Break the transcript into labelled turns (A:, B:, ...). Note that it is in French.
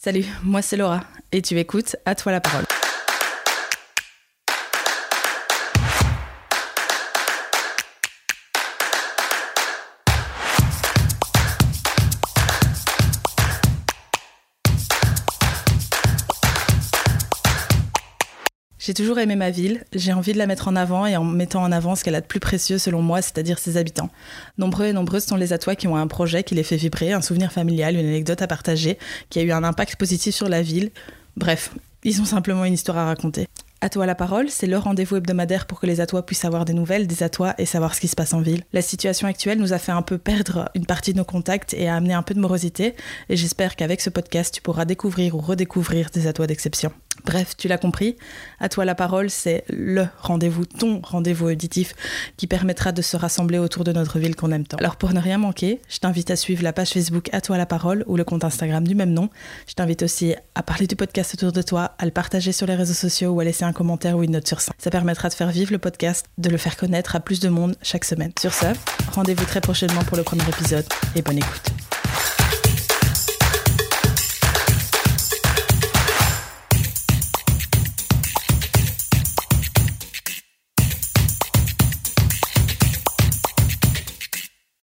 A: Salut, moi c'est Laura et tu écoutes À toi la parole. J'ai toujours aimé ma ville, j'ai envie de la mettre en avant et en mettant en avant ce qu'elle a de plus précieux selon moi, c'est-à-dire ses habitants. Nombreux et nombreuses sont les Atois qui ont un projet qui les fait vibrer, un souvenir familial, une anecdote à partager, qui a eu un impact positif sur la ville. Bref, ils ont simplement une histoire à raconter. À toi la parole, c'est le rendez-vous hebdomadaire pour que les Atois puissent avoir des nouvelles des Atois et savoir ce qui se passe en ville. La situation actuelle nous a fait un peu perdre une partie de nos contacts et a amené un peu de morosité, et j'espère qu'avec ce podcast, tu pourras découvrir ou redécouvrir des Atois d'exception. Bref, tu l'as compris, À toi la parole, c'est le rendez-vous, ton rendez-vous auditif qui permettra de se rassembler autour de notre ville qu'on aime tant. Alors pour ne rien manquer, je t'invite à suivre la page Facebook À toi la parole ou le compte Instagram du même nom. Je t'invite aussi à parler du podcast autour de toi, à le partager sur les réseaux sociaux ou à laisser un commentaire ou une note sur 5. Ça permettra de faire vivre le podcast, de le faire connaître à plus de monde chaque semaine. Sur ce, rendez-vous très prochainement pour le premier épisode et bonne écoute.